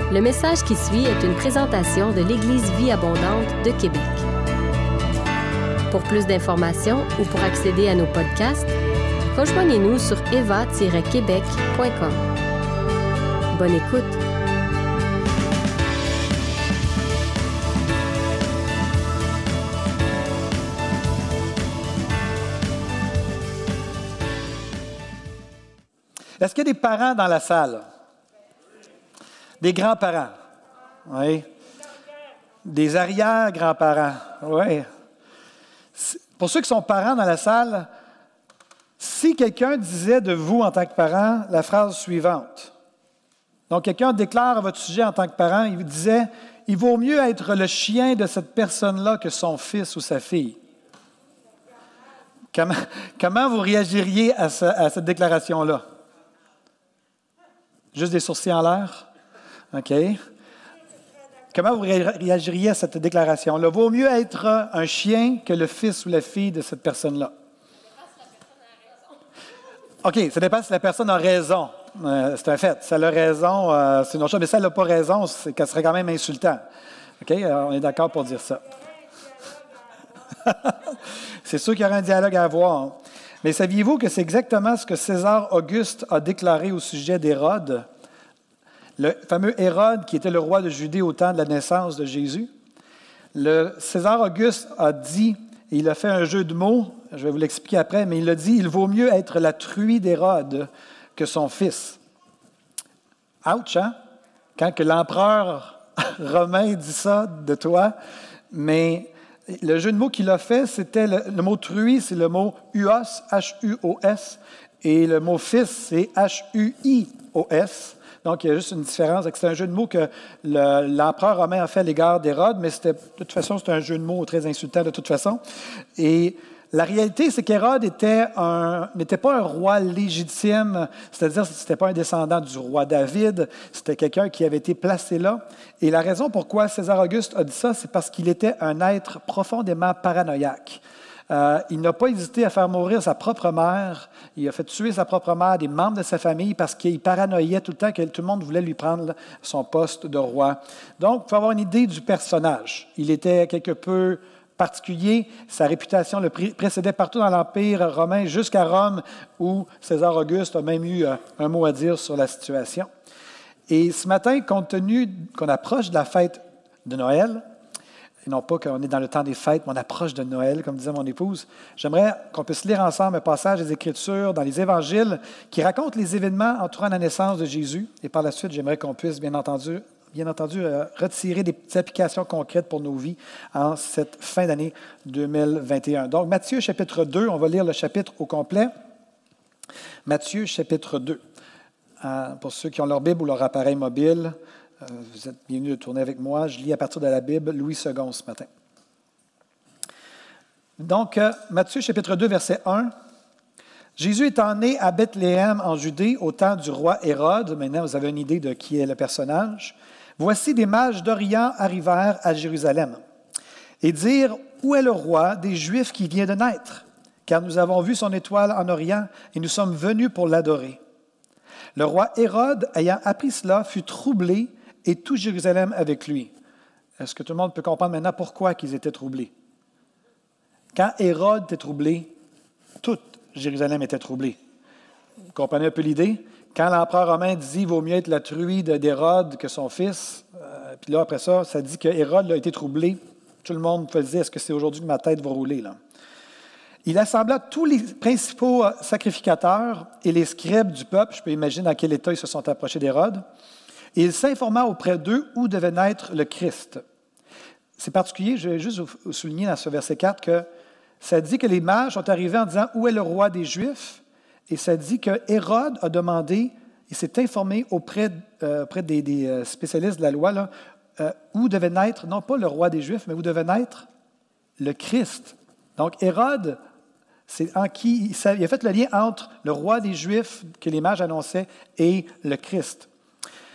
Le message qui suit est une présentation de l'Église Vie Abondante de Québec. Pour plus d'informations ou pour accéder à nos podcasts, rejoignez-nous sur eva-québec.com. Bonne écoute! Est-ce qu'il y a des parents dans la salle? Des grands-parents? Oui. Des arrière-grands-parents? Oui. Pour ceux qui sont parents dans la salle, si quelqu'un disait de vous en tant que parent la phrase suivante, donc quelqu'un déclare à votre sujet en tant que parent, il disait « Il vaut mieux être le chien de cette personne-là que son fils ou sa fille ». Comment vous réagiriez à cette déclaration-là? Juste des sourcils en l'air? OK. Comment vous réagiriez à cette déclaration-là? Vaut mieux être un chien que le fils ou la fille de cette personne-là. OK, ça dépend si la personne a raison. C'est un fait. Si elle a raison, c'est une autre chose. Mais si elle n'a pas raison, c'est qu'elle serait quand même insultant. OK? On est d'accord pour dire ça. C'est sûr qu'il y aurait un dialogue à avoir. Mais saviez-vous que c'est exactement ce que César Auguste a déclaré au sujet d'Hérode? Le fameux Hérode qui était le roi de Judée au temps de la naissance de Jésus. César Auguste a dit, et il a fait un jeu de mots, je vais vous l'expliquer après, mais il a dit, il vaut mieux être la truie d'Hérode que son fils. Ouch, hein? Quand que l'empereur romain dit ça de toi, mais le jeu de mots qu'il a fait, c'était le mot truie, c'est le mot huos, H-U-O-S, et le mot fils, c'est H-U-I-O-S. Donc, il y a juste une différence. C'est un jeu de mots que l'empereur romain a fait à l'égard d'Hérode, mais de toute façon, c'est un jeu de mots très insultant de toute façon. Et la réalité, c'est qu'Hérode n'était pas un roi légitime, c'est-à-dire que ce n'était pas un descendant du roi David, c'était quelqu'un qui avait été placé là. Et la raison pourquoi César Auguste a dit ça, c'est parce qu'il était un être profondément paranoïaque. Il n'a pas hésité à faire mourir sa propre mère. Il a fait tuer sa propre mère, des membres de sa famille, parce qu'il paranoïait tout le temps que tout le monde voulait lui prendre son poste de roi. Donc, il faut avoir une idée du personnage. Il était quelque peu particulier. Sa réputation le précédait partout dans l'Empire romain, jusqu'à Rome, où César Auguste a même eu un mot à dire sur la situation. Et ce matin, compte tenu qu'on approche de la fête de Noël, et non pas qu'on est dans le temps des fêtes, mais on approche de Noël, comme disait mon épouse, j'aimerais qu'on puisse lire ensemble un passage des Écritures dans les Évangiles qui raconte les événements entourant la naissance de Jésus. Et par la suite, j'aimerais qu'on puisse, bien entendu, retirer des applications concrètes pour nos vies en cette fin d'année 2021. Donc, Matthieu, chapitre 2, on va lire le chapitre au complet. Matthieu, chapitre 2. Pour ceux qui ont leur Bible ou leur appareil mobile, vous êtes bienvenus de tourner avec moi. Je lis à partir de la Bible Louis II ce matin. Donc, Matthieu, chapitre 2, verset 1. Jésus étant né à Bethléem, en Judée, au temps du roi Hérode. Maintenant, vous avez une idée de qui est le personnage. Voici des mages d'Orient arrivèrent à Jérusalem et dirent, « Où est le roi des Juifs qui vient de naître? Car nous avons vu son étoile en Orient et nous sommes venus pour l'adorer. » Le roi Hérode, ayant appris cela, fut troublé et tout Jérusalem avec lui. Est-ce que tout le monde peut comprendre maintenant pourquoi ils étaient troublés? Quand Hérode était troublé, toute Jérusalem était troublée. Vous comprenez un peu l'idée? Quand l'empereur romain dit « vaut mieux être la truie d'Hérode que son fils », puis là, après ça, ça dit que Hérode a été troublé. Tout le monde peut se dire « est-ce que c'est aujourd'hui que ma tête va rouler? » là? Il assembla tous les principaux sacrificateurs et les scribes du peuple. Je peux imaginer dans quel état ils se sont approchés d'Hérode. Et il s'informa auprès d'eux où devait naître le Christ. C'est particulier, je vais juste vous souligner dans ce verset 4 que ça dit que les mages sont arrivés en disant « Où est le roi des Juifs? » Et ça dit que Hérode a demandé, il s'est informé auprès des spécialistes de la loi, là, où devait naître, non pas le roi des Juifs, mais où devait naître le Christ. Donc Hérode, il a fait le lien entre le roi des Juifs que les mages annonçaient et le Christ.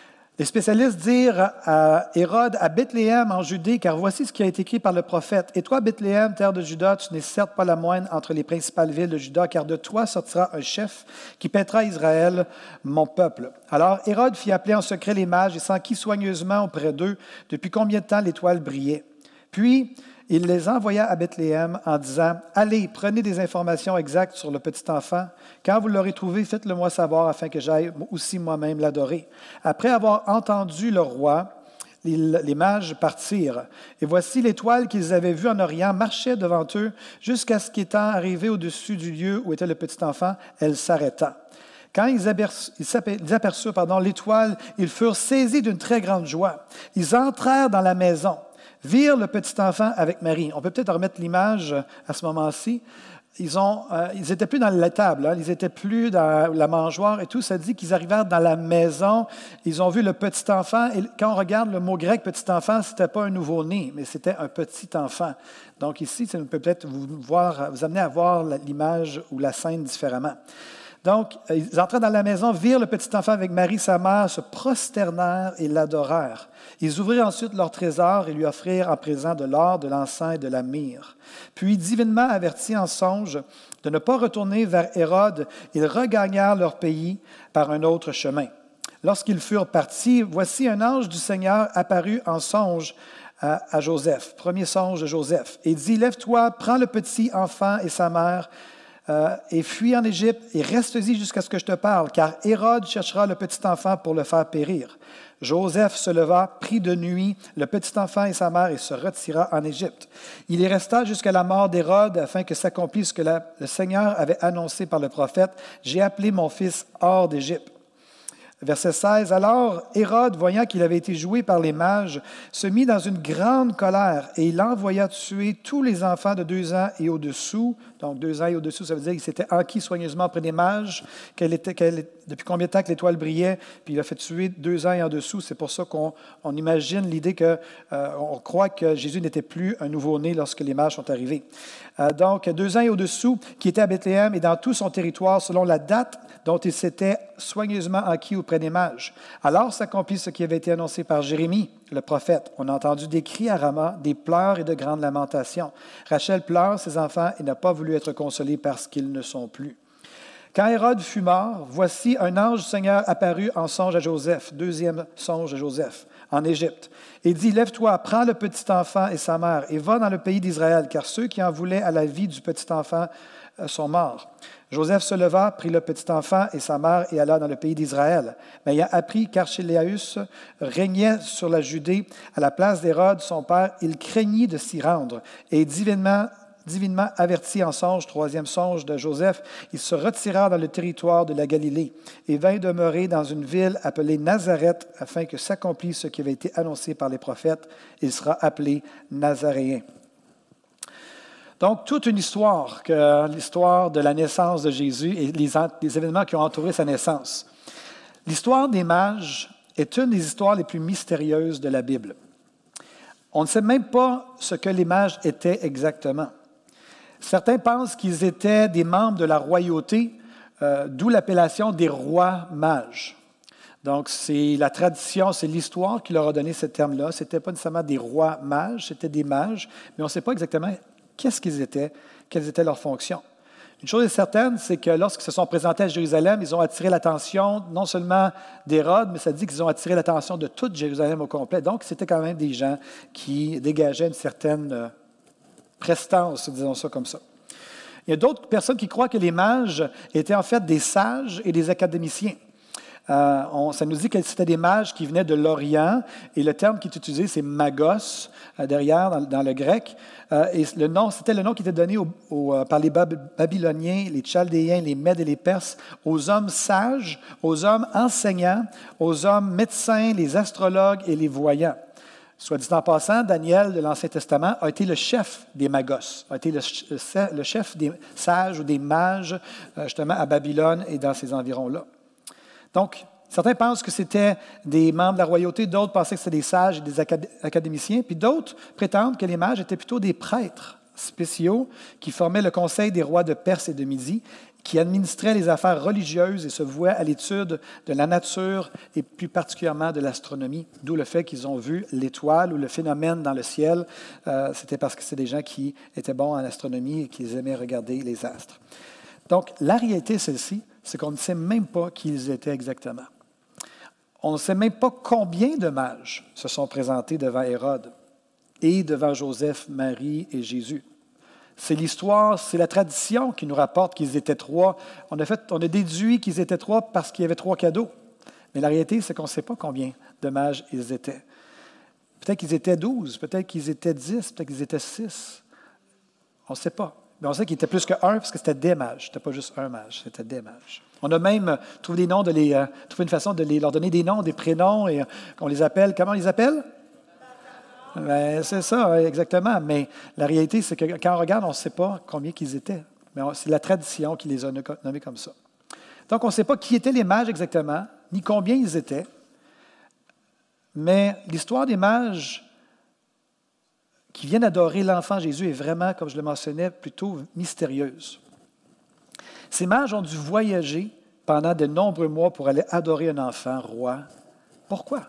Les spécialistes dirent à Hérode, à Bethléem en Judée, car voici ce qui a été écrit par le prophète. Et toi, Bethléem, terre de Juda, tu n'es certes pas la moindre entre les principales villes de Juda, car de toi sortira un chef qui paîtra Israël, mon peuple. Alors Hérode fit appeler en secret les mages et s'enquit soigneusement auprès d'eux depuis combien de temps l'étoile brillait. Puis il les envoya à Bethléem en disant, « Allez, prenez des informations exactes sur le petit enfant. Quand vous l'aurez trouvé, faites-le moi savoir afin que j'aille aussi moi-même l'adorer. » Après avoir entendu le roi, les mages partirent. Et voici l'étoile qu'ils avaient vue en Orient marchait devant eux jusqu'à ce qu'étant arrivée au-dessus du lieu où était le petit enfant, elle s'arrêta. Quand ils aperçurent l'étoile, ils furent saisis d'une très grande joie. Ils entrèrent dans la maison, virent le petit enfant avec Marie. On peut peut-être remettre l'image à ce moment-ci. Ils n'étaient plus dans la table, ils n'étaient plus dans la mangeoire et tout. Ça dit qu'ils arrivèrent dans la maison, ils ont vu le petit enfant. Et quand on regarde le mot grec petit enfant, ce n'était pas un nouveau-né, mais c'était un petit enfant. Donc ici, ça peut peut-être vous amener à voir l'image ou la scène différemment. Donc, ils entrèrent dans la maison, virent le petit enfant avec Marie, sa mère, se prosternèrent et l'adorèrent. Ils ouvrirent ensuite leur trésor et lui offrirent en présent de l'or, de l'encens et de la myrrhe. Puis, divinement avertis en songe de ne pas retourner vers Hérode, ils regagnèrent leur pays par un autre chemin. Lorsqu'ils furent partis, voici un ange du Seigneur apparut en songe à Joseph, premier songe de Joseph, et dit, « Lève-toi, prends le petit enfant et sa mère, et fuis en Égypte et reste-y jusqu'à ce que je te parle, car Hérode cherchera le petit enfant pour le faire périr. » Joseph se leva, prit de nuit le petit enfant et sa mère et se retira en Égypte. Il y resta jusqu'à la mort d'Hérode afin que s'accomplisse ce que le Seigneur avait annoncé par le prophète. « J'ai appelé mon fils hors d'Égypte. » Verset 16. Alors, Hérode, voyant qu'il avait été joué par les mages, se mit dans une grande colère et il envoya tuer tous les enfants de 2 ans et au-dessous. Donc, 2 ans et au-dessous, ça veut dire qu'il s'était enquis soigneusement auprès des mages, depuis combien de temps que l'étoile brillait, puis il a fait tuer 2 ans et en dessous. C'est pour ça qu'on imagine l'idée qu'on croit que Jésus n'était plus un nouveau-né lorsque les mages sont arrivés. Donc, 2 ans et au-dessous, qui était à Bethléem et dans tout son territoire, selon la date dont il s'était soigneusement enquis auprès des mages. Alors s'accomplit ce qui avait été annoncé par Jérémie, le prophète. On a entendu des cris à Rama, des pleurs et de grandes lamentations. Rachel pleure ses enfants et n'a pas voulu être consolée parce qu'ils ne sont plus. Quand Hérode fut mort, voici un ange du Seigneur apparut en songe à Joseph, deuxième songe de Joseph, en Égypte, et dit, « Lève-toi, prends le petit enfant et sa mère, et va dans le pays d'Israël, car ceux qui en voulaient à la vie du petit enfant sont morts. » Joseph se leva, prit le petit enfant et sa mère et alla dans le pays d'Israël. Mais ayant appris qu'Archélaüs régnait sur la Judée à la place d'Hérode, son père, il craignit de s'y rendre. Et divinement averti en songe, troisième songe de Joseph, il se retira dans le territoire de la Galilée et vint demeurer dans une ville appelée Nazareth afin que s'accomplisse ce qui avait été annoncé par les prophètes. Il sera appelé Nazaréen. Donc, toute une histoire, l'histoire de la naissance de Jésus et les événements qui ont entouré sa naissance. L'histoire des mages est une des histoires les plus mystérieuses de la Bible. On ne sait même pas ce que les mages étaient exactement. Certains pensent qu'ils étaient des membres de la royauté, d'où l'appellation des rois mages. Donc, c'est la tradition, c'est l'histoire qui leur a donné ce terme-là. Ce n'était pas nécessairement des rois mages, c'était des mages, mais on ne sait pas exactement qu'est-ce qu'ils étaient, quelles étaient leurs fonctions. Une chose est certaine, c'est que lorsqu'ils se sont présentés à Jérusalem, ils ont attiré l'attention non seulement d'Hérode, mais ça dit qu'ils ont attiré l'attention de toute Jérusalem au complet. Donc, c'était quand même des gens qui dégageaient une certaine prestance, disons ça comme ça. Il y a d'autres personnes qui croient que les mages étaient en fait des sages et des académiciens. Ça nous dit que c'était des mages qui venaient de l'Orient, et le terme qui est utilisé, c'est magos, derrière, dans le grec. Et c'était le nom qui était donné par les Babyloniens, les Chaldéens, les Mèdes et les Perses, aux hommes sages, aux hommes enseignants, aux hommes médecins, les astrologues et les voyants. Soit dit en passant, Daniel de l'Ancien Testament a été le chef des magos, a été le chef des sages ou des mages, justement, à Babylone et dans ces environs-là. Donc, certains pensent que c'était des membres de la royauté, d'autres pensaient que c'était des sages et des académiciens, puis d'autres prétendent que les mages étaient plutôt des prêtres spéciaux qui formaient le conseil des rois de Perse et de Midi, qui administraient les affaires religieuses et se vouaient à l'étude de la nature et plus particulièrement de l'astronomie, d'où le fait qu'ils ont vu l'étoile ou le phénomène dans le ciel. C'était parce que c'est des gens qui étaient bons en astronomie et qui aimaient regarder les astres. Donc, la réalité, celle-ci, c'est qu'on ne sait même pas qui ils étaient exactement. On ne sait même pas combien de mages se sont présentés devant Hérode et devant Joseph, Marie et Jésus. C'est l'histoire, c'est la tradition qui nous rapporte qu'ils étaient 3. On a déduit qu'ils étaient 3 parce qu'il y avait 3 cadeaux. Mais la réalité, c'est qu'on ne sait pas combien de mages ils étaient. Peut-être qu'ils étaient 12, peut-être qu'ils étaient 10, peut-être qu'ils étaient 6. On ne sait pas. Mais on sait qu'ils étaient plus que 1 parce que c'était des mages. Ce n'était pas juste un mage, c'était des mages. On a même trouvé trouvé une façon de leur donner des noms, des prénoms, et qu'on les appelle. Comment on les appelle? Ben, c'est ça, exactement. Mais la réalité, c'est que quand on regarde, on ne sait pas combien qu'ils étaient. Mais c'est la tradition qui les a nommés comme ça. Donc, on ne sait pas qui étaient les mages exactement, ni combien ils étaient. Mais l'histoire des mages qui viennent adorer l'enfant Jésus est vraiment, comme je le mentionnais, plutôt mystérieuse. Ces mages ont dû voyager pendant de nombreux mois pour aller adorer un enfant roi. Pourquoi?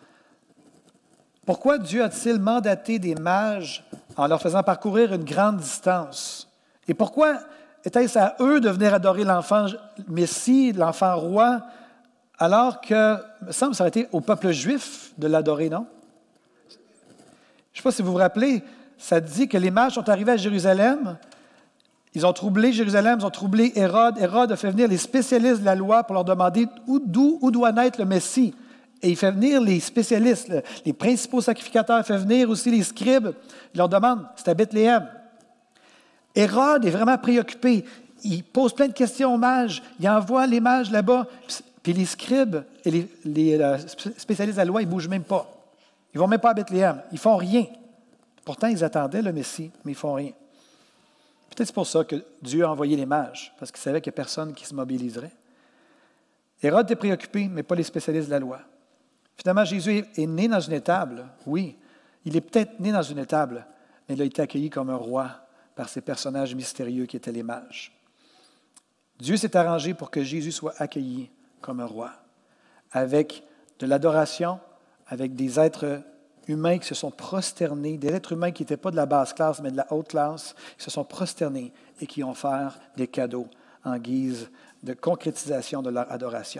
Pourquoi Dieu a-t-il mandaté des mages en leur faisant parcourir une grande distance? Et pourquoi était-ce à eux de venir adorer l'enfant Messie, l'enfant roi, alors que, il me semble, ça aurait été au peuple juif de l'adorer, non? Je ne sais pas si vous vous rappelez, ça dit que les mages sont arrivés à Jérusalem, ils ont troublé Jérusalem, ils ont troublé Hérode. Hérode a fait venir les spécialistes de la loi pour leur demander où doit naître le Messie. Et il fait venir les spécialistes, les principaux sacrificateurs, il fait venir aussi les scribes. Il leur demande, c'est à Bethléem. Hérode est vraiment préoccupé. Il pose plein de questions aux mages. Il envoie les mages là-bas. Puis les scribes et les spécialistes de la loi, ils ne bougent même pas. Ils ne vont même pas à Bethléem. Ils ne font rien. Pourtant, ils attendaient le Messie, mais ils ne font rien. Peut-être c'est pour ça que Dieu a envoyé les mages, parce qu'il savait qu'il n'y a personne qui se mobiliserait. Hérode était préoccupé, mais pas les spécialistes de la loi. Finalement, Jésus est né dans une étable, oui. Il est peut-être né dans une étable, mais il a été accueilli comme un roi par ces personnages mystérieux qui étaient les mages. Dieu s'est arrangé pour que Jésus soit accueilli comme un roi, avec de l'adoration, avec des êtres humains qui se sont prosternés, des êtres humains qui n'étaient pas de la basse classe, mais de la haute classe, qui se sont prosternés et qui ont offert des cadeaux en guise de concrétisation de leur adoration.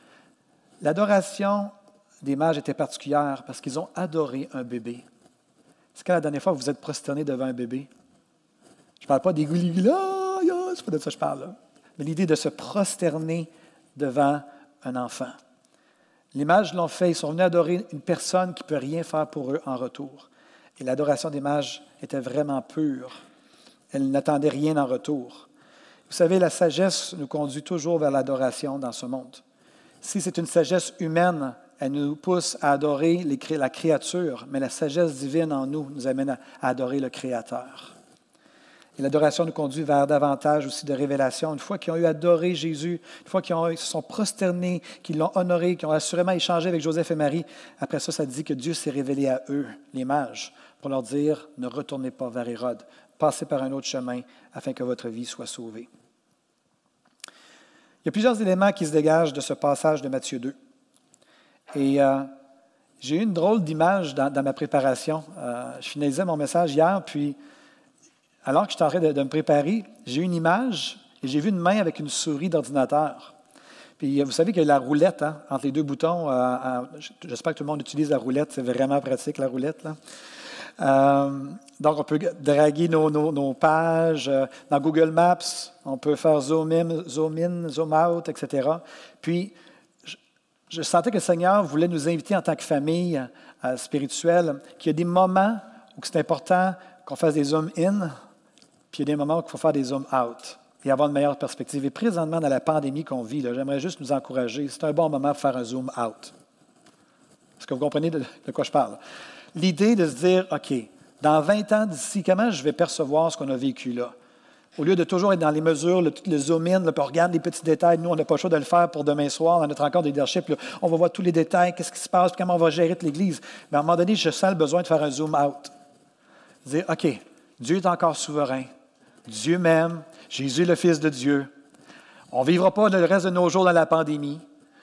L'adoration des mages était particulière parce qu'ils ont adoré un bébé. C'est quand la dernière fois que vous êtes prosterné devant un bébé? Je ne parle pas des goulis-là, c'est pas de ça que je parle, là. Mais l'idée de se prosterner devant un enfant. Les mages l'ont fait, ils sont venus adorer une personne qui ne peut rien faire pour eux en retour. Et l'adoration des mages était vraiment pure. Elle n'attendait rien en retour. Vous savez, la sagesse nous conduit toujours vers l'adoration dans ce monde. Si c'est une sagesse humaine, elle nous pousse à adorer la créature, mais la sagesse divine en nous amène à adorer le Créateur. Et l'adoration nous conduit vers davantage aussi de révélation. Une fois qu'ils ont eu adoré Jésus, une fois qu'ils se sont prosternés, qu'ils l'ont honoré, qu'ils ont assurément échangé avec Joseph et Marie, après ça dit que Dieu s'est révélé à eux, les mages, pour leur dire, ne retournez pas vers Hérode, passez par un autre chemin afin que votre vie soit sauvée. Il y a plusieurs éléments qui se dégagent de ce passage de Matthieu 2. Et j'ai eu une drôle d'image dans ma préparation. Je finalisais mon message hier, puis alors que j'étais en train de me préparer, j'ai eu une image et j'ai vu une main avec une souris d'ordinateur. Puis vous savez qu'il y a la roulette entre les deux boutons. J'espère que tout le monde utilise la roulette. C'est vraiment pratique, la roulette, là. Donc, on peut draguer nos pages. Dans Google Maps, on peut faire zoom in, zoom out, etc. Puis, je sentais que le Seigneur voulait nous inviter en tant que famille spirituelle, qu'il y a des moments où c'est important qu'on fasse des zoom in, puis il y a des moments où il faut faire des zoom out et avoir une meilleure perspective. Et présentement, dans la pandémie qu'on vit, là, j'aimerais juste nous encourager. C'est un bon moment pour faire un zoom out. Est-ce que vous comprenez de quoi je parle? L'idée de se dire, OK, dans 20 ans d'ici, comment je vais percevoir ce qu'on a vécu là? Au lieu de toujours être dans les mesures, le zoom in, là, puis on regarde les petits détails. Nous, on n'a pas le choix de le faire pour demain soir, dans notre rencontre de leadership. Là, on va voir tous les détails, qu'est-ce qui se passe, comment on va gérer toute l'Église. Mais à un moment donné, je sens le besoin de faire un zoom out. Dire, OK, Dieu est encore souverain. Dieu m'aime. Jésus est le Fils de Dieu. On ne vivra pas le reste de nos jours dans la pandémie.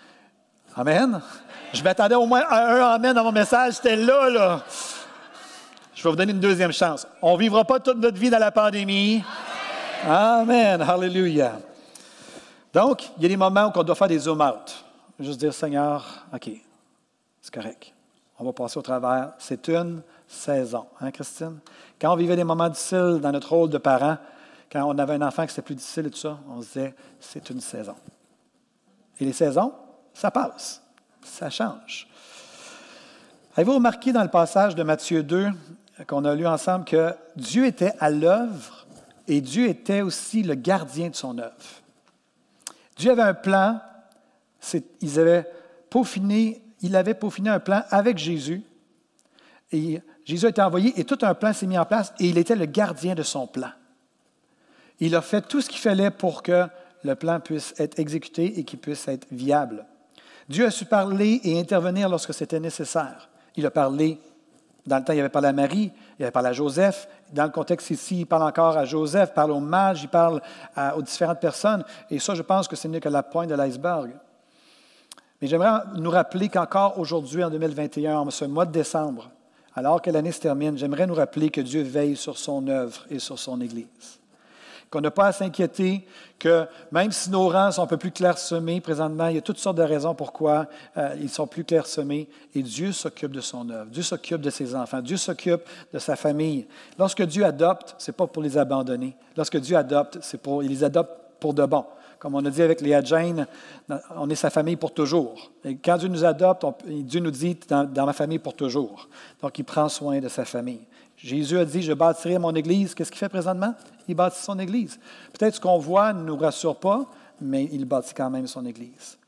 Amen. Je m'attendais au moins à un amen dans mon message. C'était là. Je vais vous donner une deuxième chance. On ne vivra pas toute notre vie dans la pandémie. Amen. Hallelujah. Donc, il y a des moments où on doit faire des zoom-out. Juste dire, Seigneur, OK, c'est correct. On va passer au travers. C'est une saison. Hein, Christine? Quand on vivait des moments difficiles dans notre rôle de parent, quand on avait un enfant qui c'était plus difficile et tout ça, on se disait, c'est une saison. Et les saisons, ça passe. Ça change. Avez-vous remarqué dans le passage de Matthieu 2 qu'on a lu ensemble que Dieu était à l'œuvre et Dieu était aussi le gardien de son œuvre. Dieu avait un plan, il avait peaufiné un plan avec Jésus et Jésus a été envoyé et tout un plan s'est mis en place et il était le gardien de son plan. Il a fait tout ce qu'il fallait pour que le plan puisse être exécuté et qu'il puisse être viable. Dieu a su parler et intervenir lorsque c'était nécessaire. Il a parlé, dans le temps, il avait parlé à Marie, il avait parlé à Joseph. Dans le contexte ici, il parle encore à Joseph, il parle aux mages, il parle aux différentes personnes. Et ça, je pense que ce n'est que la pointe de l'iceberg. Mais j'aimerais nous rappeler qu'encore aujourd'hui, en 2021, en ce mois de décembre, alors que l'année se termine, j'aimerais nous rappeler que Dieu veille sur son œuvre et sur son Église. Qu'on n'a pas à s'inquiéter, que même si nos rangs sont un peu plus clairsemés présentement, il y a toutes sortes de raisons pourquoi ils sont plus clairsemés, et Dieu s'occupe de son œuvre, Dieu s'occupe de ses enfants, Dieu s'occupe de sa famille. Lorsque Dieu adopte, ce n'est pas pour les abandonner. Lorsque Dieu adopte, il les adopte pour de bon. Comme on a dit avec Léa Jane, on est sa famille pour toujours. Et quand Dieu nous adopte, Dieu nous dit « dans ma famille pour toujours ». Donc, il prend soin de sa famille. Jésus a dit, je bâtirai mon Église. Qu'est-ce qu'il fait présentement? Il bâtit son Église. Peut-être ce qu'on voit ne nous rassure pas, mais il bâtit quand même son Église.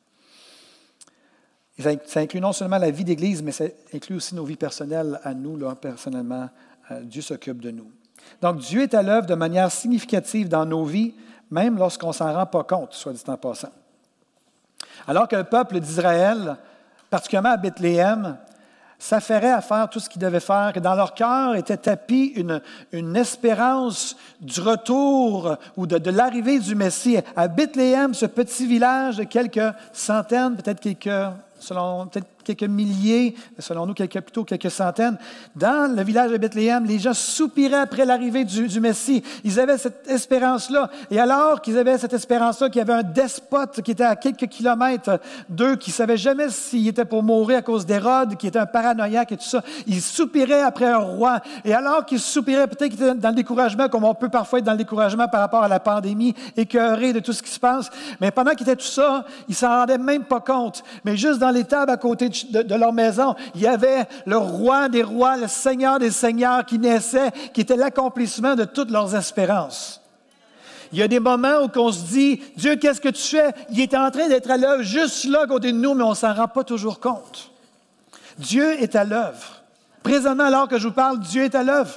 Et ça inclut non seulement la vie d'Église, mais ça inclut aussi nos vies personnelles à nous, là, personnellement. Dieu s'occupe de nous. Donc, Dieu est à l'œuvre de manière significative dans nos vies, même lorsqu'on ne s'en rend pas compte, soit dit en passant. Alors que le peuple d'Israël, particulièrement à Bethléem, s'affairait à faire tout ce qu'ils devaient faire, que dans leur cœur était tapie une espérance du retour ou de l'arrivée du Messie. À Bethléem, ce petit village de quelques centaines, peut-être quelques milliers, selon nous plutôt quelques centaines, dans le village de Bethléem, les gens soupiraient après l'arrivée du Messie. Ils avaient cette espérance-là. Et alors qu'ils avaient cette espérance-là, qu'il y avait un despote qui était à quelques kilomètres d'eux, qui ne savait jamais s'il était pour mourir à cause d'Hérode, qui était un paranoïaque et tout ça, ils soupiraient après un roi. Et alors qu'ils soupiraient, peut-être qu'ils étaient dans le découragement, comme on peut parfois être dans le découragement par rapport à la pandémie, écœurés de tout ce qui se passe. Mais pendant qu'ils étaient tout ça, ils ne s'en rendaient même pas compte. Mais juste dans les tables à côté de leur maison, il y avait le roi des rois, le seigneur des seigneurs qui naissait, qui était l'accomplissement de toutes leurs espérances. Il y a des moments où on se dit, Dieu, qu'est-ce que tu fais? Il est en train d'être à l'œuvre juste là à côté de nous, mais on ne s'en rend pas toujours compte. Dieu est à l'œuvre. Présentement, alors que je vous parle, Dieu est à l'œuvre.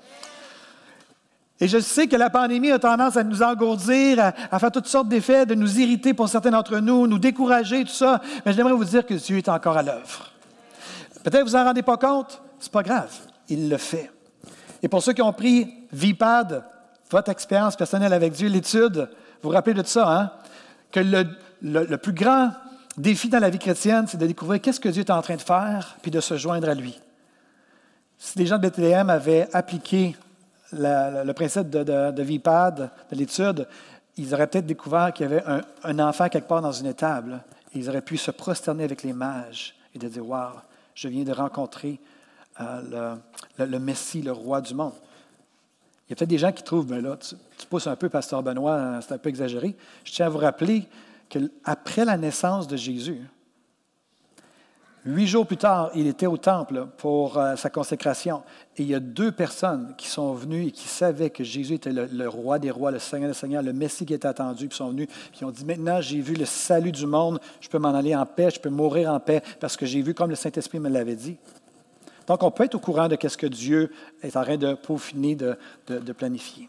Et je sais que la pandémie a tendance à nous engourdir, à faire toutes sortes d'effets, de nous irriter pour certains d'entre nous décourager, tout ça. Mais j'aimerais vous dire que Dieu est encore à l'œuvre. Peut-être que vous n'en rendez pas compte, c'est pas grave. Il le fait. Et pour ceux qui ont pris VIPAD, votre expérience personnelle avec Dieu, l'étude, vous vous rappelez de ça, hein? Que le plus grand défi dans la vie chrétienne, c'est de découvrir qu'est-ce que Dieu est en train de faire, puis de se joindre à lui. Si les gens de Bethléem avaient appliqué le principe de VIPAD, de l'étude, ils auraient peut-être découvert qu'il y avait un enfant quelque part dans une étable. Et ils auraient pu se prosterner avec les mages et de dire « Wow, je viens de rencontrer le Messie, le roi du monde. » Il y a peut-être des gens qui trouvent « Ben là, tu pousses un peu, Pasteur Benoît, c'est un peu exagéré. » Je tiens à vous rappeler qu'après la naissance de Jésus, 8 jours plus tard, il était au temple pour sa consécration. Et il y a 2 personnes qui sont venues et qui savaient que Jésus était le roi des rois, le Seigneur des seigneurs, le Messie qui était attendu. Puis ils sont venus et ont dit, maintenant j'ai vu le salut du monde, je peux m'en aller en paix, je peux mourir en paix parce que j'ai vu comme le Saint-Esprit me l'avait dit. Donc on peut être au courant de ce que Dieu est en train de peaufiner, de planifier.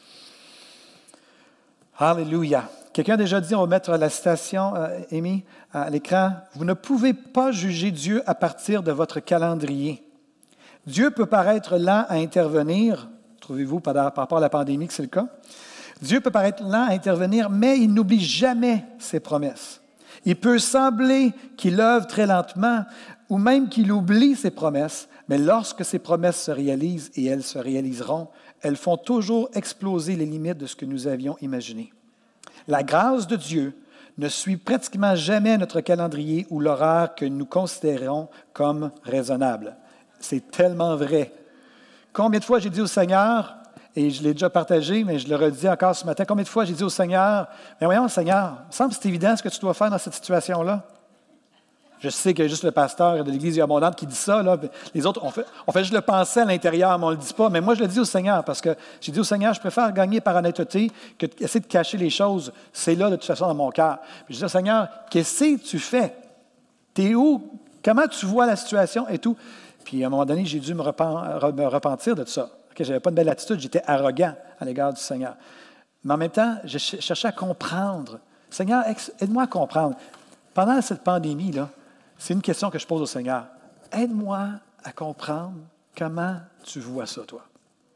Alléluia. Quelqu'un a déjà dit, on va mettre la citation, Amy, à l'écran. Vous ne pouvez pas juger Dieu à partir de votre calendrier. Dieu peut paraître lent à intervenir, trouvez-vous par rapport à la pandémie que c'est le cas, Dieu peut paraître lent à intervenir, mais il n'oublie jamais ses promesses. Il peut sembler qu'il œuvre très lentement ou même qu'il oublie ses promesses, mais lorsque ces promesses se réalisent, et elles se réaliseront, elles font toujours exploser les limites de ce que nous avions imaginé. La grâce de Dieu ne suit pratiquement jamais notre calendrier ou l'horaire que nous considérons comme raisonnable. C'est tellement vrai. Combien de fois j'ai dit au Seigneur, et je l'ai déjà partagé, mais je le redis encore ce matin, combien de fois j'ai dit au Seigneur, mais voyons, Seigneur, il me semble que c'est évident ce que tu dois faire dans cette situation-là. Je sais qu'il y a juste le pasteur de l'Église Vie Abondante qui dit ça. Là. Les autres, on fait juste le penser à l'intérieur, mais on ne le dit pas. Mais moi, je le dis au Seigneur parce que j'ai dit au Seigneur, je préfère gagner par honnêteté que d'essayer de cacher les choses. C'est là, de toute façon, dans mon cœur. Puis je dis au Seigneur, qu'est-ce que tu fais? T'es où? Comment tu vois la situation et tout? Puis à un moment donné, j'ai dû me repentir de tout ça. Je n'avais pas une belle attitude, j'étais arrogant à l'égard du Seigneur. Mais en même temps, je cherchais à comprendre. Seigneur, aide-moi à comprendre. Pendant cette pandémie, là, c'est une question que je pose au Seigneur. Aide-moi à comprendre comment tu vois ça, toi.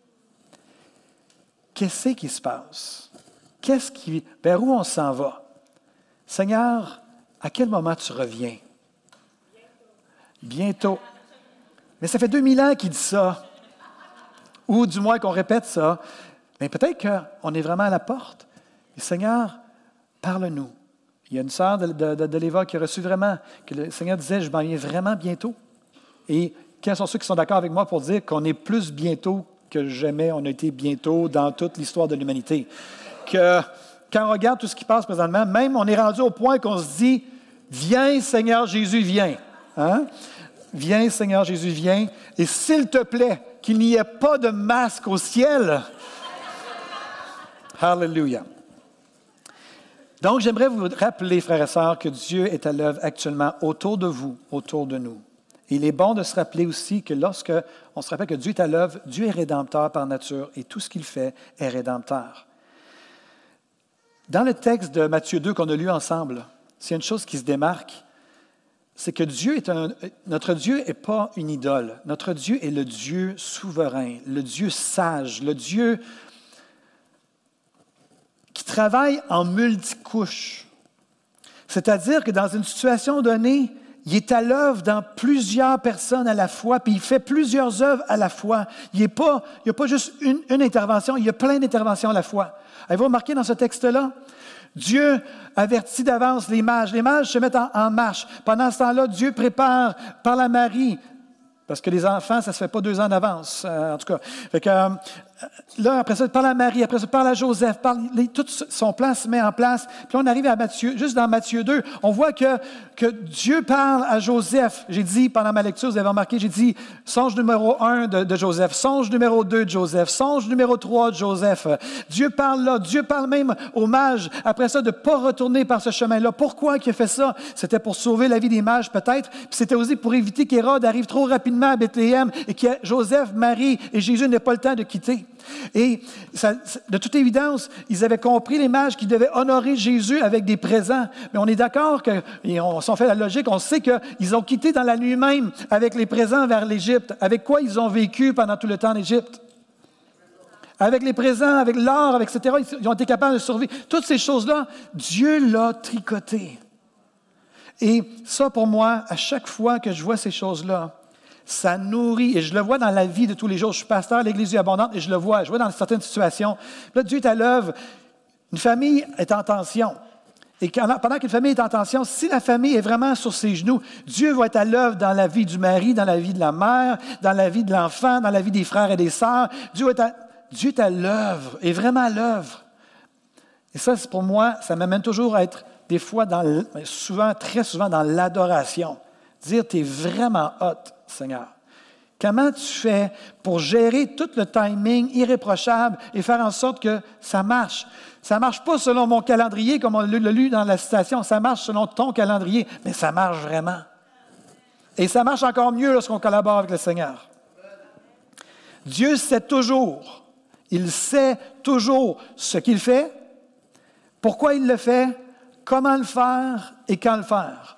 Qu'est-ce qui se passe? Vers où on s'en va? Seigneur, à quel moment tu reviens? Bientôt. Mais ça fait 2000 ans qu'il dit ça. Ou du moins qu'on répète ça. Mais peut-être qu'on est vraiment à la porte. Et Seigneur, parle-nous. Il y a une sœur de l'Éva qui a reçu vraiment, que le Seigneur disait, je m'en viens vraiment bientôt. Et quels sont ceux qui sont d'accord avec moi pour dire qu'on est plus bientôt que jamais on a été bientôt dans toute l'histoire de l'humanité? Que quand on regarde tout ce qui passe présentement, même on est rendu au point qu'on se dit, viens Seigneur Jésus, viens. Hein? Viens Seigneur Jésus, viens. Et s'il te plaît, qu'il n'y ait pas de masque au ciel. Hallelujah. Donc, j'aimerais vous rappeler, frères et sœurs, que Dieu est à l'œuvre actuellement autour de vous, autour de nous. Et il est bon de se rappeler aussi que lorsque on se rappelle que Dieu est à l'œuvre, Dieu est rédempteur par nature et tout ce qu'il fait est rédempteur. Dans le texte de Matthieu 2 qu'on a lu ensemble, s'il y a une chose qui se démarque, c'est que notre Dieu n'est pas une idole. Notre Dieu est le Dieu souverain, le Dieu sage, le Dieu qui travaille en multicouches. C'est-à-dire que dans une situation donnée, il est à l'œuvre dans plusieurs personnes à la fois, puis il fait plusieurs œuvres à la fois. Il n'y a pas juste une intervention, il y a plein d'interventions à la fois. Avez-vous remarqué dans ce texte-là? Dieu avertit d'avance les mages. Les mages se mettent en marche. Pendant ce temps-là, Dieu prépare par la Marie, parce que les enfants, ça ne se fait pas 2 ans d'avance, en tout cas. Fait que, là, après ça, par la Marie, après ça, par la Joseph, tout son plan se met en place. Puis là, on arrive à Matthieu, juste dans Matthieu 2, on voit que Dieu parle à Joseph. J'ai dit, pendant ma lecture, vous avez remarqué, j'ai dit, songe numéro 1 de Joseph, songe numéro 2 de Joseph, songe numéro 3 de Joseph. Dieu parle là, Dieu parle même aux mages, après ça, de ne pas retourner par ce chemin-là. Pourquoi il a fait ça? C'était pour sauver la vie des mages, peut-être, puis c'était aussi pour éviter qu'Hérode arrive trop rapidement à Bethléem et que Joseph, Marie et Jésus n'aient pas le temps de quitter. Et de toute évidence, ils avaient compris, les mages, qu'ils devaient honorer Jésus avec des présents. Mais on est d'accord que, et on s'en fait la logique, on sait qu'ils ont quitté dans la nuit même avec les présents vers l'Égypte. Avec quoi ils ont vécu pendant tout le temps en Égypte? Avec les présents, avec l'or, etc. Ils ont été capables de survivre. Toutes ces choses-là, Dieu l'a tricoté. Et ça, pour moi, à chaque fois que je vois ces choses-là, ça nourrit, et je le vois dans la vie de tous les jours. Je suis pasteur à l'Église Vie Abondante et je le vois dans certaines situations. Là, Dieu est à l'œuvre. Une famille est en tension. Et pendant qu'une famille est en tension, si la famille est vraiment sur ses genoux, Dieu va être à l'œuvre dans la vie du mari, dans la vie de la mère, dans la vie de l'enfant, dans la vie des frères et des sœurs. Dieu est à l'œuvre, est vraiment à l'œuvre. Et ça, pour moi, ça m'amène toujours à être, des fois, très souvent, dans l'adoration. Dire, tu es vraiment hot, Seigneur. Comment tu fais pour gérer tout le timing irréprochable et faire en sorte que ça marche? Ça ne marche pas selon mon calendrier, comme on l'a lu dans la citation. Ça marche selon ton calendrier, mais ça marche vraiment. Et ça marche encore mieux lorsqu'on collabore avec le Seigneur. Dieu sait toujours. Il sait toujours ce qu'il fait, pourquoi il le fait, comment le faire et quand le faire.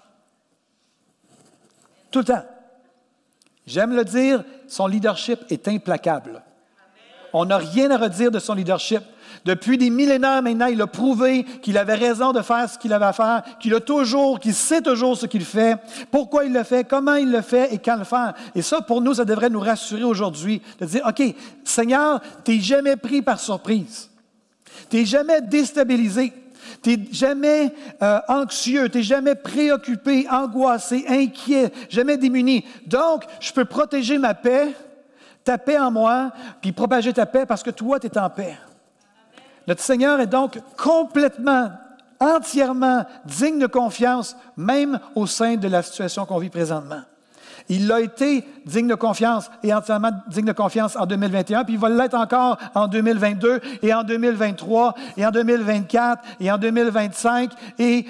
Tout le temps. J'aime le dire, son leadership est implacable. On n'a rien à redire de son leadership. Depuis des millénaires maintenant, il a prouvé qu'il avait raison de faire ce qu'il avait à faire, qu'il sait toujours ce qu'il fait, pourquoi il le fait, comment il le fait et quand le faire. Et ça, pour nous, ça devrait nous rassurer aujourd'hui, de dire, OK, Seigneur, tu n'es jamais pris par surprise. Tu n'es jamais déstabilisé. Tu n'es jamais anxieux, tu n'es jamais préoccupé, angoissé, inquiet, jamais démuni. Donc, je peux protéger ma paix, ta paix en moi, puis propager ta paix parce que toi, tu es en paix. Notre Seigneur est donc complètement, entièrement digne de confiance, même au sein de la situation qu'on vit présentement. Il a été digne de confiance et entièrement digne de confiance en 2021, puis il va l'être encore en 2022 et en 2023 et en 2024 et en 2025 et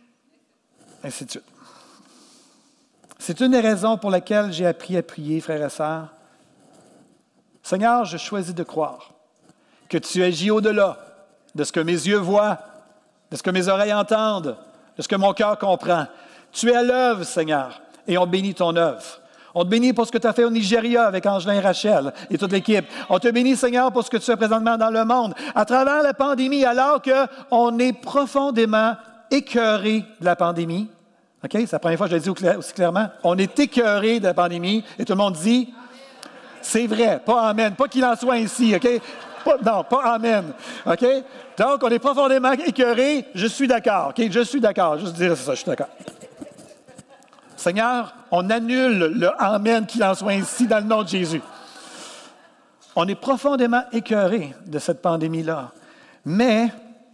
ainsi de suite. C'est une des raisons pour lesquelles j'ai appris à prier, frères et sœurs. Seigneur, je choisis de croire que tu agis au-delà de ce que mes yeux voient, de ce que mes oreilles entendent, de ce que mon cœur comprend. Tu es à l'œuvre, Seigneur, et on bénit ton œuvre. On te bénit pour ce que tu as fait au Nigeria avec Angelin et Rachel et toute l'équipe. On te bénit, Seigneur, pour ce que tu fais présentement dans le monde. À travers la pandémie, alors qu'on est profondément écœuré de la pandémie. OK? C'est la première fois que je le dis aussi clairement. On est écœuré de la pandémie et tout le monde dit, c'est vrai, pas amen. Pas qu'il en soit ainsi, OK? Pas amen. OK? Donc, on est profondément écœuré. Je suis d'accord. OK? Je suis d'accord. Juste dire ça, je suis d'accord. Seigneur, on annule le « Amen » qu'il en soit ainsi dans le nom de Jésus. On est profondément écœuré de cette pandémie-là. Mais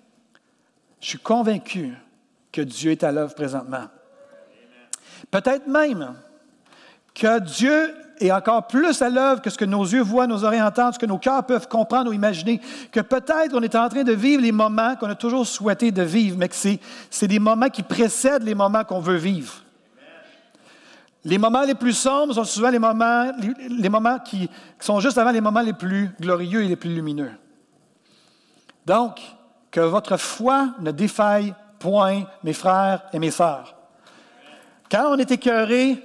je suis convaincu que Dieu est à l'œuvre présentement. Peut-être même que Dieu est encore plus à l'œuvre que ce que nos yeux voient, nos oreilles entendent, ce que nos cœurs peuvent comprendre ou imaginer, que peut-être on est en train de vivre les moments qu'on a toujours souhaité de vivre, mais que c'est des moments qui précèdent les moments qu'on veut vivre. Les moments les plus sombres sont souvent les moments qui sont juste avant les moments les plus glorieux et les plus lumineux. Donc, que votre foi ne défaille point, mes frères et mes sœurs. Quand on est écœuré,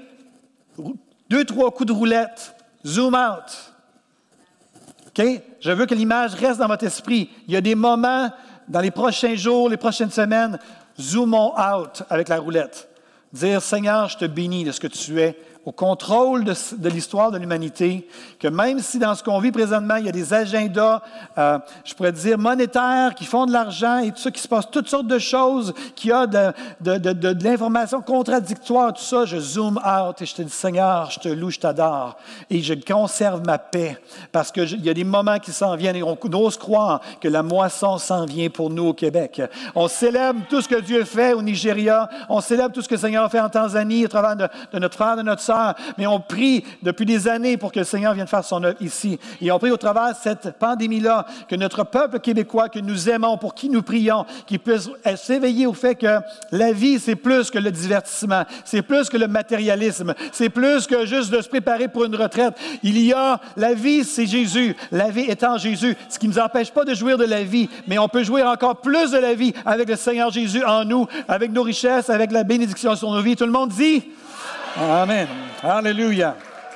2-3 coups de roulette, zoom out. OK? Je veux que l'image reste dans votre esprit. Il y a des moments, dans les prochains jours, les prochaines semaines, zoomons out avec la roulette. Dire, Seigneur, je te bénis de ce que tu es au contrôle de l'histoire de l'humanité, que même si dans ce qu'on vit présentement, il y a des agendas, je pourrais dire, monétaires qui font de l'argent et tout ça, qui se passe toutes sortes de choses, qu'il y a de l'information contradictoire, tout ça, je zoom out et je te dis, Seigneur, je te loue, je t'adore et je conserve ma paix parce qu'il y a des moments qui s'en viennent et on ose croire que la moisson s'en vient pour nous au Québec. On célèbre tout ce que Dieu fait au Nigeria, on célèbre tout ce que le Seigneur a fait en Tanzanie au travers de notre frère, de notre sœur, mais on prie depuis des années pour que le Seigneur vienne faire son œuvre ici. Et on prie au travers de cette pandémie-là, que notre peuple québécois, que nous aimons, pour qui nous prions, qu'il puisse s'éveiller au fait que la vie, c'est plus que le divertissement, c'est plus que le matérialisme, c'est plus que juste de se préparer pour une retraite. La vie, c'est Jésus. La vie est en Jésus, ce qui ne nous empêche pas de jouir de la vie, mais on peut jouir encore plus de la vie avec le Seigneur Jésus en nous, avec nos richesses, avec la bénédiction sur nos vies. Tout le monde dit... Amen. Alléluia.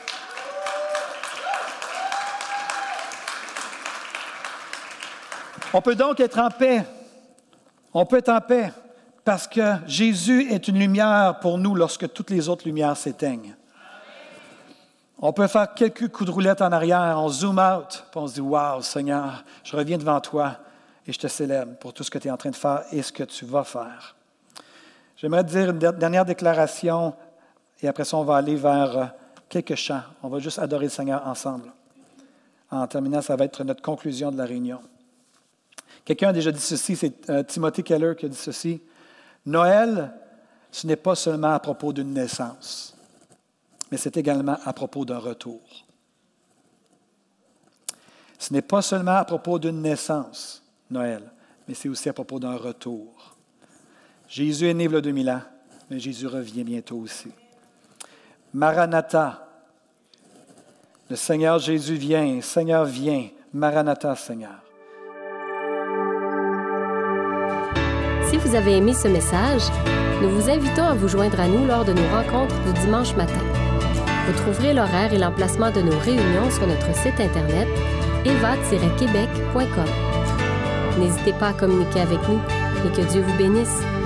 On peut donc être en paix. On peut être en paix parce que Jésus est une lumière pour nous lorsque toutes les autres lumières s'éteignent. On peut faire quelques coups de roulette en arrière, on zoom out, puis on se dit « Wow, Seigneur, je reviens devant toi et je te célèbre pour tout ce que tu es en train de faire et ce que tu vas faire. » J'aimerais te dire une dernière déclaration. Et après ça, on va aller vers quelques chants. On va juste adorer le Seigneur ensemble. En terminant, ça va être notre conclusion de la réunion. Quelqu'un a déjà dit ceci, c'est Timothy Keller qui a dit ceci. Noël, ce n'est pas seulement à propos d'une naissance, mais c'est également à propos d'un retour. Ce n'est pas seulement à propos d'une naissance, Noël, mais c'est aussi à propos d'un retour. Jésus est né il y a 2000 ans, mais Jésus revient bientôt aussi. Maranatha, le Seigneur Jésus vient, Seigneur vient, Maranatha, Seigneur. Si vous avez aimé ce message, nous vous invitons à vous joindre à nous lors de nos rencontres du dimanche matin. Vous trouverez l'horaire et l'emplacement de nos réunions sur notre site Internet eva-québec.com. N'hésitez pas à communiquer avec nous et que Dieu vous bénisse.